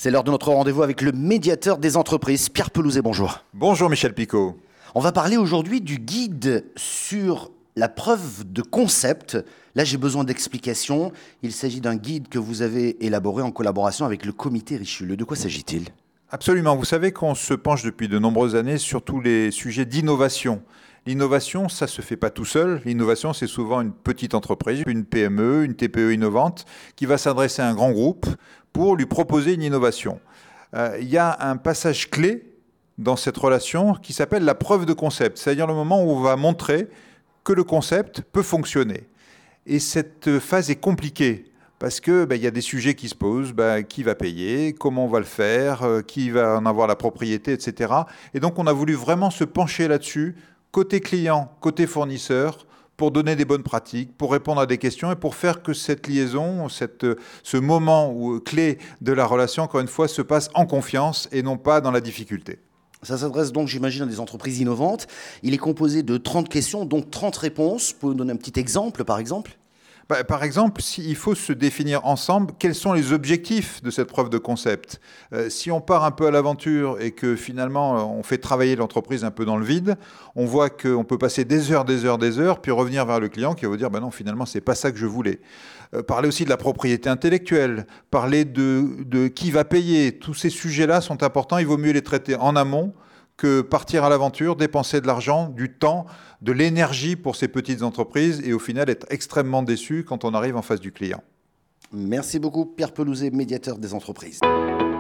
C'est l'heure de notre rendez-vous avec le médiateur des entreprises, Pierre Pelouzet, bonjour. Bonjour Michel Picot. On va parler aujourd'hui du guide sur la preuve de concept. Là, j'ai besoin d'explications. Il s'agit d'un guide que vous avez élaboré en collaboration avec le comité Richelieu. De quoi s'agit-il ? Absolument. Vous savez qu'on se penche depuis de nombreuses années sur tous les sujets d'innovation. L'innovation, ça ne se fait pas tout seul. L'innovation, c'est souvent une petite entreprise, une PME, une TPE innovante qui va s'adresser à un grand groupe pour lui proposer une innovation. Il y a un passage clé dans cette relation qui s'appelle la preuve de concept, c'est-à-dire le moment où on va montrer que le concept peut fonctionner. Et cette phase est compliquée parce que y a des sujets qui se posent, qui va payer, comment on va le faire, qui va en avoir la propriété, etc. Et donc on a voulu vraiment se pencher là-dessus, côté client, côté fournisseur, pour donner des bonnes pratiques, pour répondre à des questions et pour faire que cette liaison, ce moment clé de la relation, encore une fois, se passe en confiance et non pas dans la difficulté. Ça s'adresse donc, j'imagine, à des entreprises innovantes. Il est composé de 30 questions, donc 30 réponses. Vous pouvez nous donner un petit exemple, par exemple ? Par exemple, il faut se définir ensemble quels sont les objectifs de cette preuve de concept. Si on part un peu à l'aventure et que finalement on fait travailler l'entreprise un peu dans le vide, on voit qu'on peut passer des heures, puis revenir vers le client qui va vous dire non, finalement, c'est pas ça que je voulais. Parler aussi de la propriété intellectuelle, parler de qui va payer. Tous ces sujets-là sont importants, il vaut mieux les traiter en amont que partir à l'aventure, dépenser de l'argent, du temps, de l'énergie pour ces petites entreprises et au final être extrêmement déçu quand on arrive en face du client. Merci beaucoup Pierre Pelouzet, médiateur des entreprises.